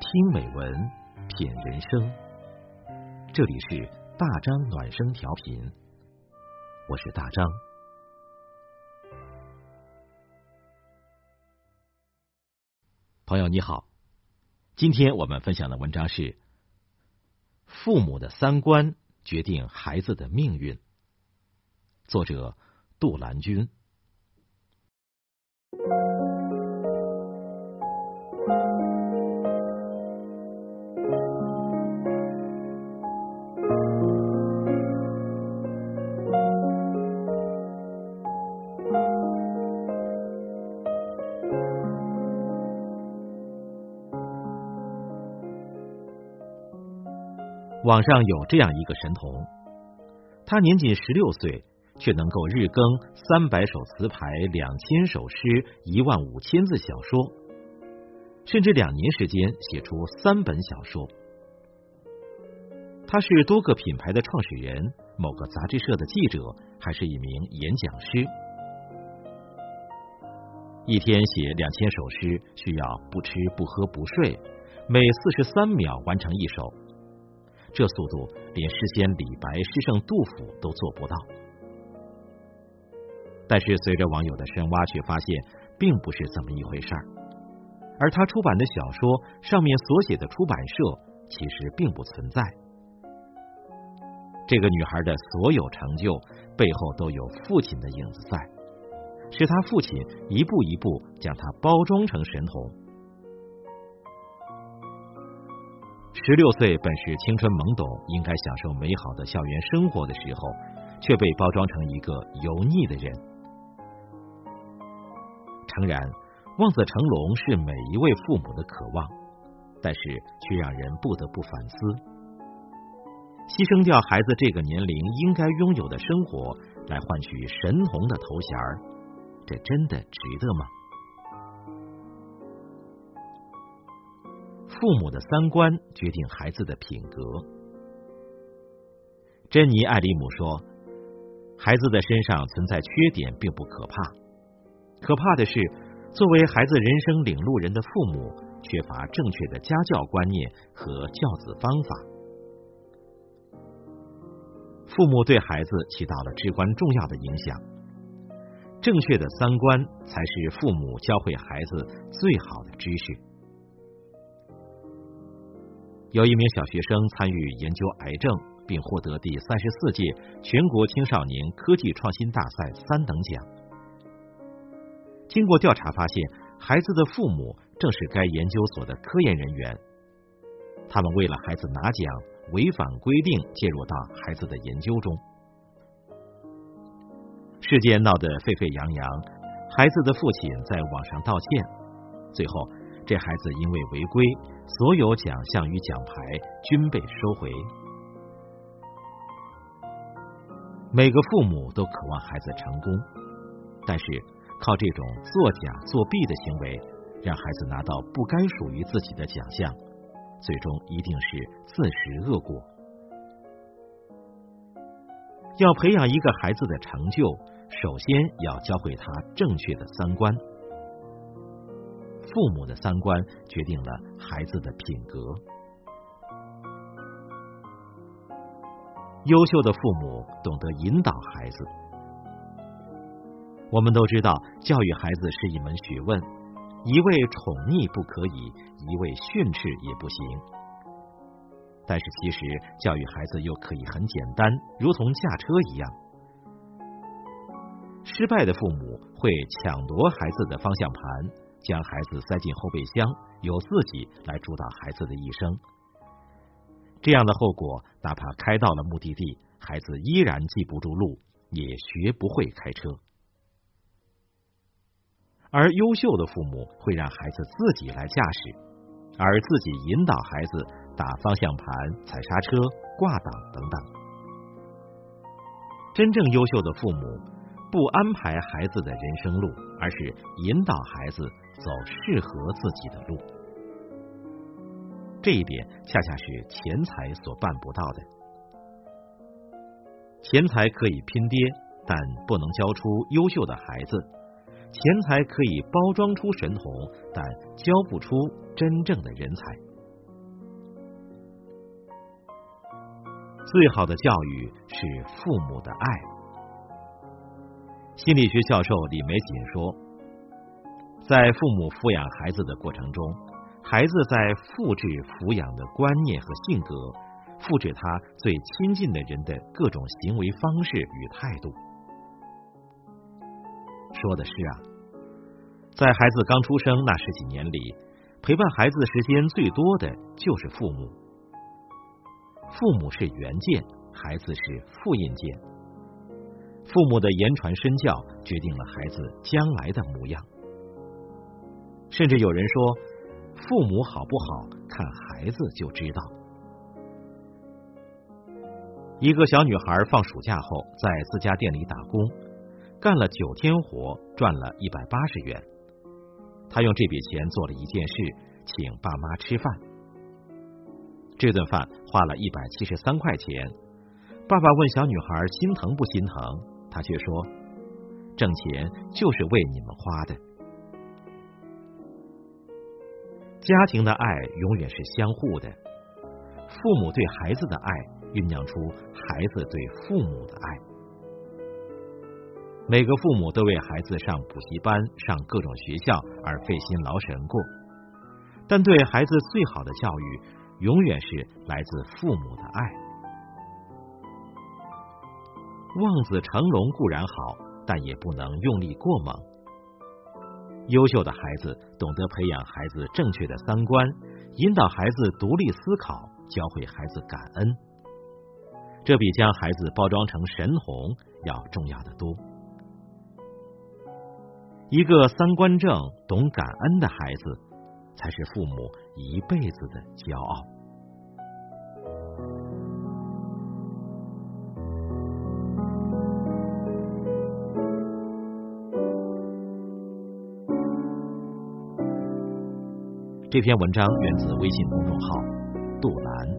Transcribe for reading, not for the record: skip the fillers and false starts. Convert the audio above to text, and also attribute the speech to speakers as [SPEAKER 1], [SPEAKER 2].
[SPEAKER 1] 听美文，品人生。这里是大张暖声调频，我是大张。朋友你好，今天我们分享的文章是父母的三观决定孩子的命运，作者杜兰君。网上有这样一个神童，他年仅16岁，却能够日更300首词牌、2000首诗、15000字小说，甚至2年时间写出3本小说。他是多个品牌的创始人，某个杂志社的记者，还是一名演讲师。一天写2000首诗，需要不吃不喝不睡，每43秒完成一首。这速度连诗仙李白、诗圣杜甫都做不到。但是随着网友的深挖，却发现并不是这么一回事儿。而他出版的小说上面所写的出版社其实并不存在。这个女孩的所有成就背后都有父亲的影子在，是他父亲一步一步将她包装成神童。16岁本是青春懵懂，应该享受美好的校园生活的时候，却被包装成一个油腻的人。诚然，望子成龙是每一位父母的渴望，但是却让人不得不反思，牺牲掉孩子这个年龄应该拥有的生活，来换取神童的头衔，这真的值得吗？父母的三观决定孩子的品格。珍妮·艾利姆说，孩子的身上存在缺点并不可怕，可怕的是作为孩子人生领路人的父母缺乏正确的家教观念和教子方法。父母对孩子起到了至关重要的影响，正确的三观才是父母教会孩子最好的知识。有一名小学生参与研究癌症，并获得第34届全国青少年科技创新大赛3等奖。经过调查发现，孩子的父母正是该研究所的科研人员，他们为了孩子拿奖，违反规定介入到孩子的研究中。事件闹得沸沸扬扬，孩子的父亲在网上道歉，最后这孩子因为违规，所有奖项与奖牌均被收回。每个父母都渴望孩子成功，但是靠这种作假作弊的行为，让孩子拿到不该属于自己的奖项，最终一定是自食恶果。要培养一个孩子的成就，首先要教会他正确的三观。父母的三观决定了孩子的品格。优秀的父母懂得引导孩子。我们都知道，教育孩子是一门学问，一味宠溺不可以，一味训斥也不行。但是其实教育孩子又可以很简单，如同驾车一样。失败的父母会抢夺孩子的方向盘，将孩子塞进后备箱，由自己来主导孩子的一生。这样的后果，哪怕开到了目的地，孩子依然记不住路，也学不会开车。而优秀的父母会让孩子自己来驾驶，而自己引导孩子打方向盘、踩刹车、挂档等等。真正优秀的父母不安排孩子的人生路，而是引导孩子走适合自己的路。这一点恰恰是钱财所办不到的。钱财可以拼爹，但不能教出优秀的孩子；钱财可以包装出神童，但教不出真正的人才。 最好的教育是父母的爱。心理学教授李玫瑾说，在父母抚养孩子的过程中，孩子在复制抚养的观念和性格，复制他最亲近的人的各种行为方式与态度。说的是啊，在孩子刚出生那10几年里，陪伴孩子时间最多的就是父母。父母是元件，孩子是复印件。父母的言传身教决定了孩子将来的模样。甚至有人说，父母好不好，看孩子就知道。一个小女孩放暑假后，在自家店里打工，干了9天活，赚了180元。她用这笔钱做了一件事，请爸妈吃饭。这顿饭花了173块钱。爸爸问小女孩心疼不心疼，她却说，挣钱就是为你们花的。家庭的爱永远是相互的，父母对孩子的爱酝酿出孩子对父母的爱。每个父母都为孩子上补习班、上各种学校而费心劳神过，但对孩子最好的教育永远是来自父母的爱。望子成龙固然好，但也不能用力过猛。优秀的孩子懂得培养孩子正确的三观，引导孩子独立思考，教会孩子感恩，这比将孩子包装成神童要重要得多。一个三观正、懂感恩的孩子，才是父母一辈子的骄傲。这篇文章源自微信公众号杜兰。